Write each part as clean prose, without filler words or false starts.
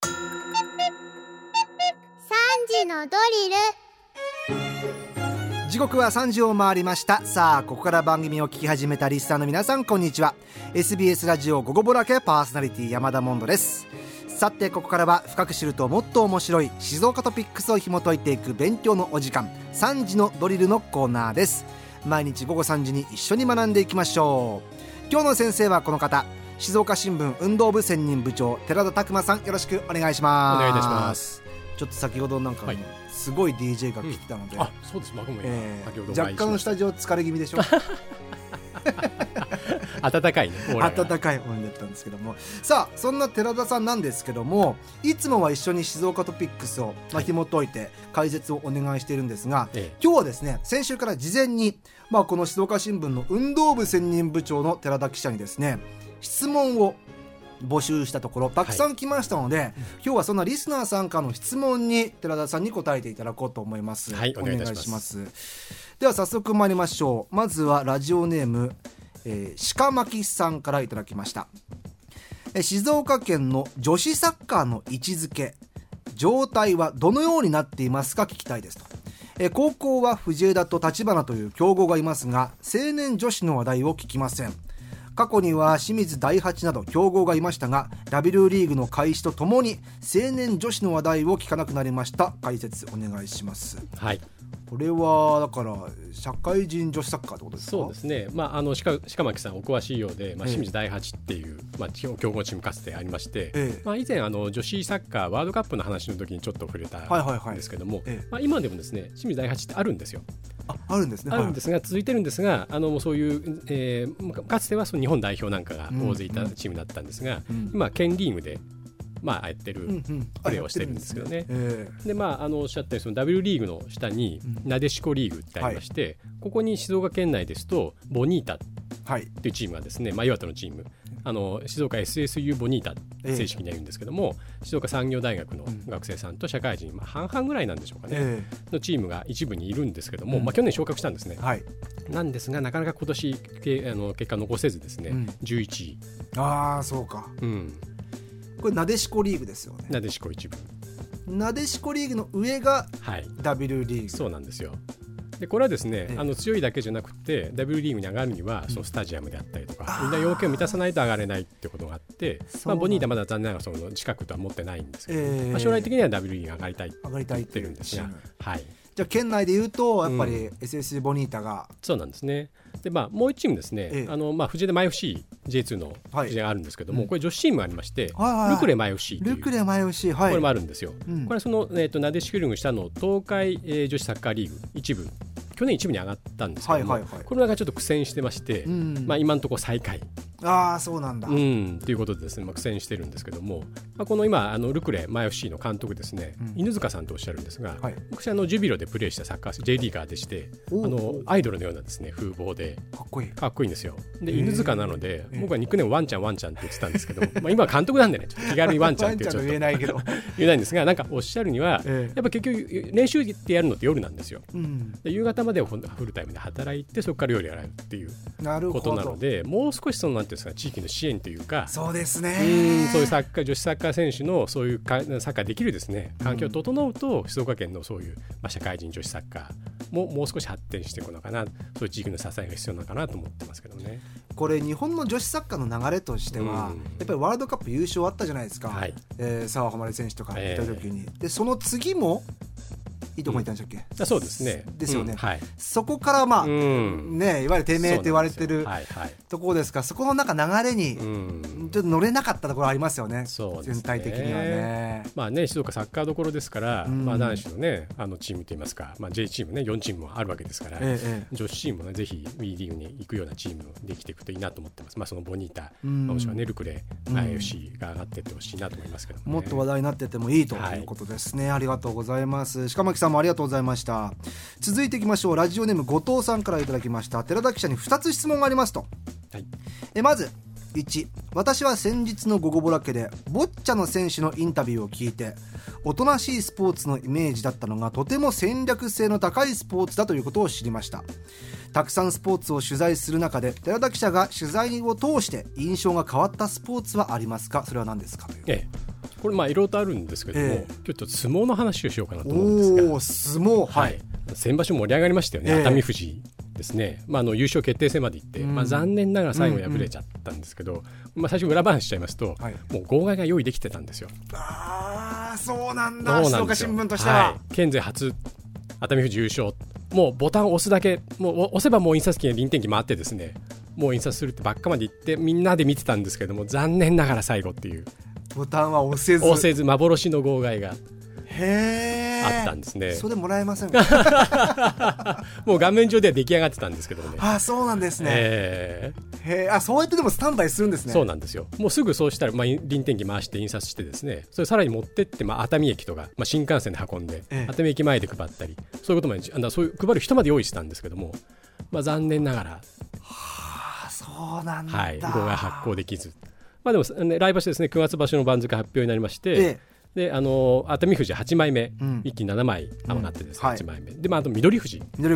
時のドリル。 時刻は3時を回りました。さあここから番組を聞き始めたリスナーの皆さん、こんにちは。 SBS ラジオ午後ぼらけパーソナリティ山田モンドです。さてここからは深く知るともっと面白い静岡トピックスを紐解いていく勉強のお時間、3時のドリルのコーナーです。毎日午後3時に一緒に学んでいきましょう。今日の先生はこの方、静岡新聞運動部専任部長寺田拓馬さん、よろしくお願いします。 お願いいたします。 ちょっと先ほどなんか、はい、すごい DJ が来てたので、 あ、そうです。僕も先ほど若干スタジオ疲れ気味でしょ暖かいね、 暖かい方になったんですけども、さあそんな寺田さんなんですけども、いつもは一緒に静岡トピックスを紐解いて解説をお願いしているんですが、今日はですね、先週から事前に、この静岡新聞の運動部専任部長の寺田記者にですね、質問を募集したところたくさん来ましたので、今日はそんなリスナーさんからの質問に寺田さんに答えていただこうと思います。 はい、 お願いします。では早速参りましょう。まずはラジオネーム、鹿巻さんからいただきました。静岡県の女子サッカーの位置づけ状態はどのようになっていますか、聞きたいですと。高校は藤枝と橘という強豪がいますが、青年女子の話題を聞きません。過去には清水第八など強豪がいましたが、 W リーグの開始とともに青年女子の話題を聞かなくなりました。解説お願いします。 はい、 これはだから社会人女子サッカーってことですか？ そうですね、鹿巻さんお詳しいようで、清水第八っていう、強豪チームかつてありまして、以前女子サッカーワールドカップの話の時にちょっと触れたんですけども、今でもですね清水第八ってあるんですよ。 あるんですね。 あるんですが、続いてるんですが、そういう、かつてはその日本代表なんかが大勢いたチームだったんですが、今県リーグでやってるプレーをしてるんですけどね。でおっしゃったようにその W リーグの下になでしこリーグってありまして、ここに静岡県内ですとボニータっていうチームがですね、岩手のチーム、静岡 SSU ボニータ正式には言うんですけども、静岡産業大学の学生さんと社会人、半々ぐらいなんでしょうかね、のチームが一部にいるんですけども、去年昇格したんですね。なんですがなかなか今年結果残せずですね、11位。 ああそうか。これなでしこリーグですよね。 なでしこ一部、 なでしこリーグの上が W リーグ、 そうなんですよ。でこれはですね、強いだけじゃなくて W リーグに上がるにはそのスタジアムであったりとか、みんな要件を満たさないと上がれないってことがあって、ボニータまだ残念ながらその近くとは持ってないんですけど、将来的には W リーグに上がりたいって言ってるんですが、 じゃあ県内でいうとやっぱり SSU ボニータが、 そうなんですね。でもう一チームですね、藤枝前 FC J2 の藤枝があるんですけども、これ女子チームがありまして、ルクレ前 FC というルクレ前 FC、これもあるんですよ。これはその、なでしこリーグ下の東海、女子サッカーリーグ一部、去年一部に上がったんですけども、これなんかちょっと苦戦してまして、今のところ最下位。 そうなんだ。 ということでですね、苦戦してるんですけども、この今ルクレ前 FC の監督ですね、犬塚さんとおっしゃるんですが、昔ジュビロでプレーしたサッカー J リーガーでして、アイドルのようなですね風貌でかっこいいんですよ。で犬塚なので、僕はニックネームワンちゃんワンちゃんって言ってたんですけど今は監督なんでね、ちょっと気軽にワンちゃんってちょっと言えないけど言えないんですが、なんかおっしゃるには、やっぱ結局練習ってやるのって夜なんですよ。で夕方までフルタイムで働いて、そこから夜やられるっていうことなので、もう少しそのなんていうんですか、地域の支援というか、 そうですね、 そういう女子サッカー選手のそういうサッカーできるですね環境を整うと、静岡県のそういう、社会人女子サッカーもう少し発展していくのかな、そういう地域の支えが必要なのかなと思ってますけどね。 これ日本の女子サッカーの流れとしては、やっぱりワールドカップ優勝あったじゃないですか、澤穂希選手とかいた時に、でその次もいいとこにいたんでしたっけ？そうですね。ですよね。そこからいわゆる低迷と言われてるところですから、そこのなんか流れにちょっと乗れなかったところありますよね。全体的にはね。 静岡サッカーどころですから、男子のねチームといいますか、J チームね4チームもあるわけですから、女子チームもねぜひ WE リーグに行くようなチームできていくといいなと思ってます。そのボニータ、もしくはルクレ FC が上がっていってほしいなと思いますけどね。 もっと話題になっててもいいということですね。ありがとうございます。鹿巻さんもありがとうございました。続いていきましょう。ラジオネーム後藤さんからいただきました。寺田記者に2つ質問がありますと。まず1、私は先日の午後ぼらけでボッチャの選手のインタビューを聞いて、おとなしいスポーツのイメージだったのがとても戦略性の高いスポーツだということを知りました。たくさんスポーツを取材する中で、寺田記者が取材を通して印象が変わったスポーツはありますか？それは何ですか？という、 これいろいろとあるんですけども、ちょっと相撲の話をしようかなと思うんですが。 相撲、はい、 先場所盛り上がりましたよね、熱海富士ですね。優勝決定戦まで行って、残念ながら最後敗れちゃったんですけど、最初裏話しちゃいますと、もう号外が用意できてたんですよ。 そうなんだ。静岡新聞としては、 県勢初熱海富士優勝、もうボタンを押すだけ、もう押せばもう印刷機が臨転機回ってですね、もう印刷するってばっかまで行ってみんなで見てたんですけども、残念ながら最後っていう、 ボタンは押せず幻の号外があったんですね。 それもらえませんか？ もう画面上では出来上がってたんですけどもね。 そうなんですね。そうやってでもスタンバイするんですね。 そうなんですよ。もうすぐそうしたら、臨転機回して印刷してですね、それさらに持ってって、熱海駅とか、新幹線で運んで、熱海駅前で配ったり、そういうことまでそういう配る人まで用意してたんですけども、残念ながらそうなんだ、 号外発行できず、でも、来場所ですね、9月場所の番付発表になりまして、で熱海富士8枚目、一気に7枚上がってですね、8枚目で、あと緑富士、これ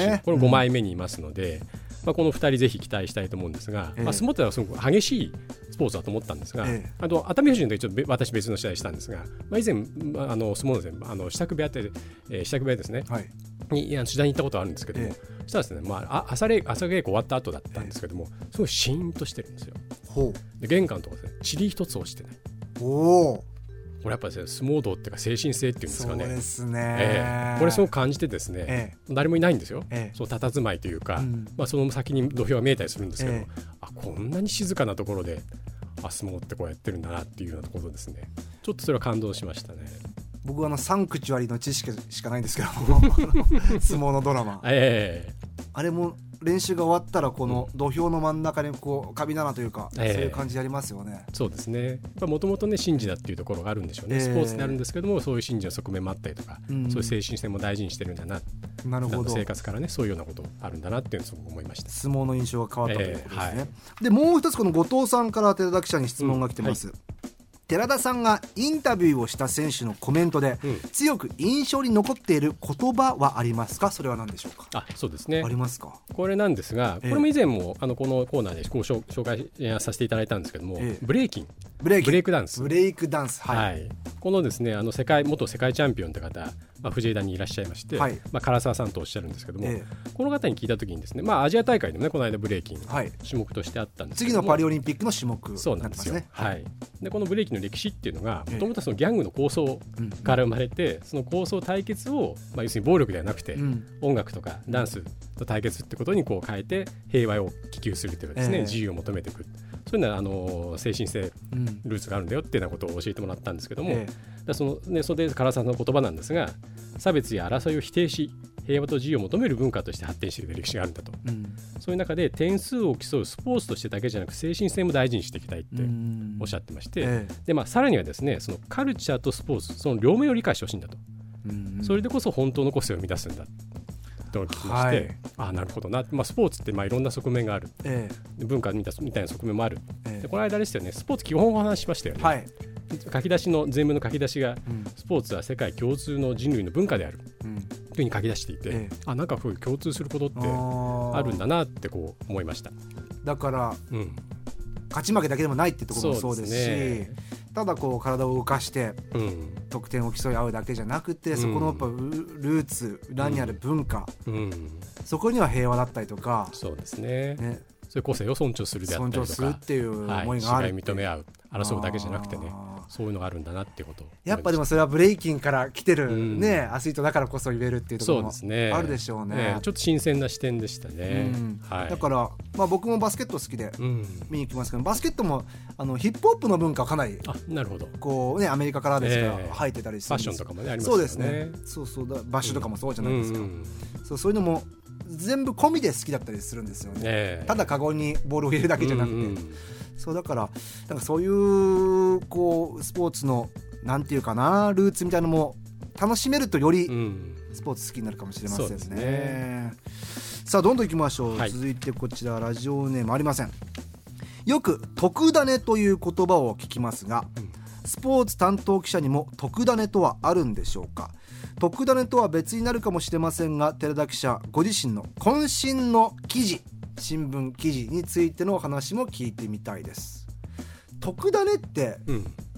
5枚目にいますので、この2人ぜひ期待したいと思うんですが、相撲ってのはすごく激しいスポーツだと思ったんですが、熱海富士の時ちょっと私別の試合したんですが、以前相撲の支度部屋って支度部屋ですね、に取材に行ったことあるんですけども、そしたらですね、朝稽古終わった後だったんですけども、すごいシーンとしてるんですよ。で玄関のところですね、塵一つ落ちてない。これやっぱり、相撲道っていうか精神性っていうんですかね。 そうですね、 これすごく感じてですね、誰もいないんですよ、その佇まいというか、その先に土俵が見えたりするんですけど、こんなに静かなところで相撲ってこうやってるんだなっていうようなところですね。ちょっとそれは感動しましたね。 僕はサンクチュアリの知識しかないんですけど相撲のドラマ、あれも練習が終わったらこの土俵の真ん中に神棚というか、そういう感じありますよね。 そうですね。もともとね神事だっていうところがあるんでしょうね。スポーツであるんですけども、そういう神事の側面もあったりとか、そういう精神性も大事にしてるんだな。なるほど。生活からね、そういうようなことあるんだなっていうのをすごく思いました。 相撲の印象が変わったということですね。でもう一つ、この後藤さんから寺田記者に質問が来てます。寺田さんがインタビューをした選手のコメントで、強く印象に残っている言葉はありますか？それは何でしょうか？ そうですね。 ありますか？これなんですが、これも以前もこのコーナーで紹介させていただいたんですけども、ブレイクダンス、このですね、元世界チャンピオンという方、藤枝にいらっしゃいまして、唐沢さんとおっしゃるんですけども、この方に聞いた時にですね、アジア大会でもね、この間ブレイキン種目としてあったんですけども、 次のパリオリンピックの種目になってますね。 でこのブレイキンの歴史っていうのが、もともとそのギャングの抗争から生まれて、その抗争対決を、要するに暴力ではなくて、音楽とかダンスと対決ってことに変えて平和を希求するというかですね、自由を求めていく、そういうのは精神性、ルーツがあるんだよっていうようなことを教えてもらったんですけども、それで唐沢さんの言葉なんですが、差別や争いを否定し平和と自由を求める文化として発展している歴史があるんだと、そういう中で点数を競うスポーツとしてだけじゃなく精神性も大事にしていきたいっておっしゃってまして、でさらにはですね、そのカルチャーとスポーツ、その両面を理解してほしいんだと、それでこそ本当の個性を生み出すんだと聞きまして、なるほどな、スポーツっていろんな側面がある、文化みたいな側面もある、でこの間ですよね、スポーツ基本をお話ししましたよね。書き出しの全文の書き出しが、スポーツは世界共通の人類の文化である、というふうに書き出していて、なんかそういう共通することってあるんだなって思いました。 だから、勝ち負けだけでもないってところもそうですし、ただ体を動かして得点を競い合うだけじゃなくて、そこのやっぱルーツ、裏にある文化、そこには平和だったりとか、 そうですね、そういう個性を尊重するであったりとか、 尊重するっていう思いがある、 違い認め合う、争うだけじゃなくてね、そういうのがあるんだなっていうことをやっぱでもそれはブレイキンから来てる、アスリートだからこそ言えるっていうところもあるでしょうね。 ちょっと新鮮な視点でしたね。 だから、僕もバスケット好きで見に行きますけど、バスケットもヒップホップの文化はかなりなるほどアメリカからですから入ってたりするんです。 ファッションとかもねありますよね。 そうですね。そうバッシュとかもそうじゃないですか。そういうのも全部込みで好きだったりするんですよね。ただカゴにボールを入れるだけじゃなくて、だからなんかそういうスポーツのなんていうかな、ルーツみたいなのも楽しめるとよりスポーツ好きになるかもしれませんね。さあどんどんいきましょう。続いてこちら、ラジオネームありません。よく特ダネという言葉を聞きますが、スポーツ担当記者にも特ダネとはあるんでしょうか？特ダネとは別になるかもしれませんが、寺田記者ご自身の渾身の記事、新聞記事についてのお話も聞いてみたいです。特ダネって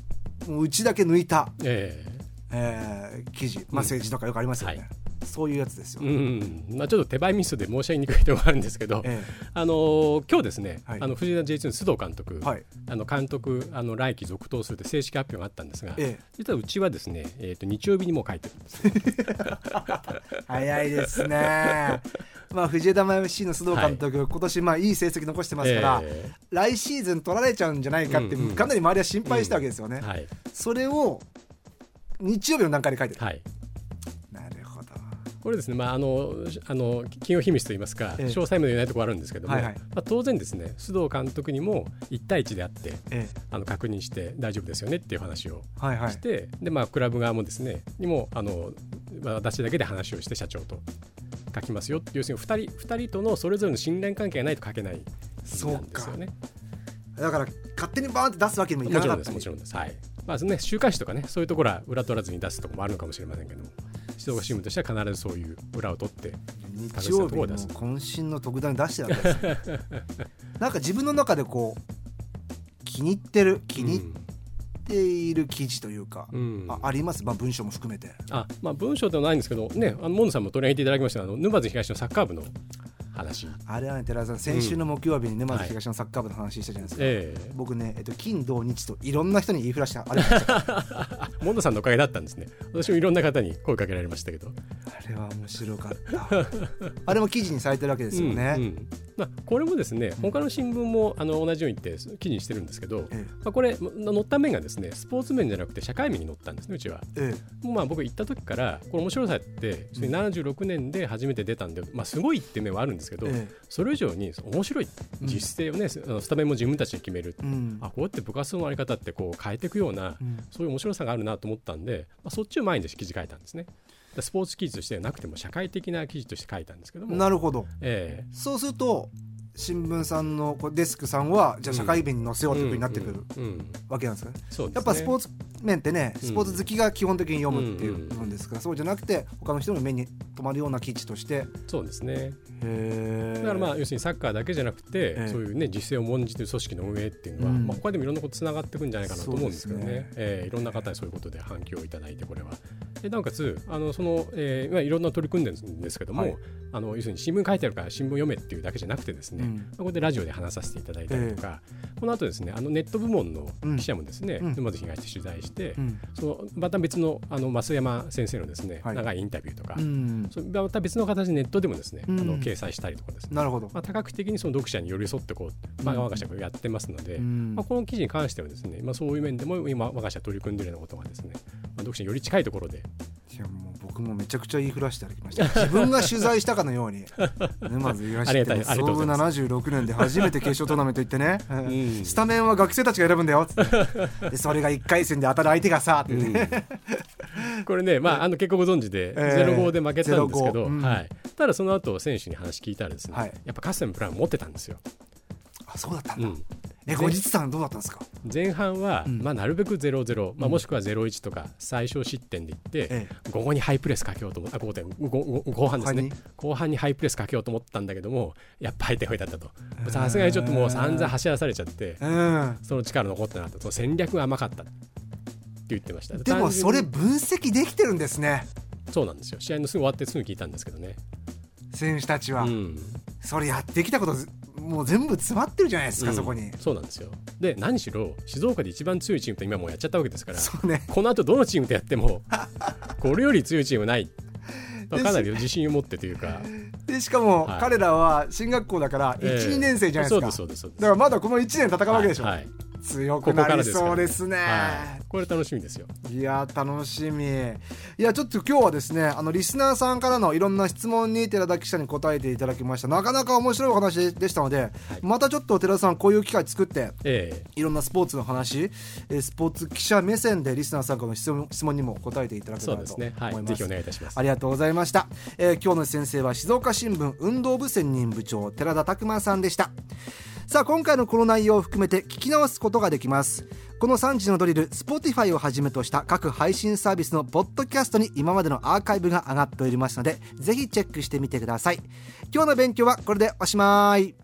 もう内だけ抜いた、記事、政治とかよくありますよね、そういうやつですよ、ちょっと手前ミスで申し上げにくいところがあるんですけど、今日ですね、藤枝 J2 の須藤監督、監督来季続投するって正式発表があったんですが、実はうちはですね、日曜日にもう書いてるんです早いですね藤枝前 FC の須藤監督、今年いい成績残してますから、来シーズン取られちゃうんじゃないかって、かなり周りは心配したわけですよね、それを日曜日の段階で書いてる、なるほど。 これですね、企業秘密といいますか、詳細まで言えないところあるんですけども、当然ですね、須藤監督にも1対1であって、確認して大丈夫ですよねっていう話をして、でクラブ側もですねにも私だけで話をして社長と書きますよって、要するに2人とのそれぞれの信頼関係がないと書けないんですよね。 だから勝手にバーンって出すわけにもいかなかったり。 もちろんです、週刊誌とかね、そういうところは裏取らずに出すところもあるのかもしれませんけども、静岡新聞としては必ずそういう裏を取って日曜日の渾身の特段に出してるわけですねなんか自分の中でこう気に入っている記事というか、あります？文章も含めて。 文章ではないんですけどね、モンドさんも取り上げていただきました沼津東のサッカー部の話、 あれはね、寺田さん、先週の木曜日に沼津東のサッカー部の話したじゃないですか、僕ね、金土日といろんな人に言いふらしたあれモンドさんのおかげだったんですね。私もいろんな方に声かけられましたけど、 あれは面白かったあれも記事にされてるわけですよね、 これもですね、他の新聞も同じように言って記事にしてるんですけど、これ載った面がですね、スポーツ面じゃなくて社会面に載ったんですね、うちは。僕行った時からこれ面白さって76年で初めて出たんで、すごいっていう面はあるんですけど、それ以上に面白い実勢をね、スタメンも自分たちで決める、こうやって部活のあり方ってこう変えていくような、そういう面白さがあるなと思ったんで、そっちを前に記事書いたんですね。スポーツ記事としてはなくても社会的な記事として書いたんですけども。 なるほど、そうすると新聞さんのデスクさんはじゃあ社会面に載せようというふうになってくるわけなんですかね。やっぱスポーツ面ってね、スポーツ好きが基本的に読むっていう部分ですから、そうじゃなくて他の人の目に留まるような記事として。 そうですね。だから要するにサッカーだけじゃなくて、そういうね実勢を重んじている組織の運営っていうのは、他でもいろんなことつながっていくんじゃないかなと思うんですけどね。いろんな方にそういうことで反響をいただいて、これはなおかついろんな取り組んでるんですけども、要するに新聞書いてあるから新聞読めっていうだけじゃなくてですね、ここでラジオで話させていただいたりとか、この後ですね、ネット部門の記者もですね、沼津東で取材して、また別の増山先生のですね、長いインタビューとか、また別の形でネットでもですね、掲載したりとかですね、 なるほど、 多角的にその読者に寄り添って我が社がやってますので、この記事に関してはですね、そういう面でも今我が社取り組んでいるようなことがですね、読者により近いところで。 いやもう僕もめちゃくちゃ言いふらして歩きました。自分が取材したかのように沼津東って創部76年で初めて決勝トーナメント行ってね、スタメンは学生たちが選ぶんだよってでそれが1回戦で当たる相手がさってねこれね、結構ご存知で 0-5 で負けたんですけど、ただその後選手に話聞いたらですね、やっぱかつてのプランを持ってたんですよ。 そうだったんだ、後日談どうだったんですか。 前半は、なるべく 0-0、もしくは 0-1 とか最小失点でいって、午後にハイプレスかけようと思った後半ですね、後半にハイプレスかけようと思ったんだけども、やっぱ相手がいだったと、さすがにちょっともう散々走らされちゃって、その力残ってなかった、その戦略が甘かったって言ってました。 でもそれ分析できてるんですね。 そうなんですよ。試合のすぐ終わってすぐ聞いたんですけどね、 選手たちは、それやってきたこともう全部詰まってるじゃないですか、そこに。 そうなんですよ。で何しろ静岡で一番強いチームと今もうやっちゃったわけですから、 ね、 この後どのチームとやってもこれより強いチームない、かなり自信を持ってというかでしかも、彼らは進学校だから 1,2 年生じゃないですか。 そうです。 だからまだこの1年戦うわけでしょ、強くなりそうですね。 これ楽しみですよ。 いや楽しみ。いやちょっと今日はですね、リスナーさんからのいろんな質問に寺田記者に答えていただきました。なかなか面白いお話でしたので、またちょっと寺田さんこういう機会作って、いろんなスポーツの話、スポーツ記者目線でリスナーさんからの質問にも答えていただけたらと思います。 ぜひお願いいたします。 ありがとうございました。今日の先生は静岡新聞運動部専任部長寺田拓馬さんでした。さあ今回のこの内容を含めて聞き直すことができます。この3時のドリル Spotify をはじめとした各配信サービスのポッドキャストに今までのアーカイブが上がっておりますので、ぜひチェックしてみてください。今日の勉強はこれでおしまい。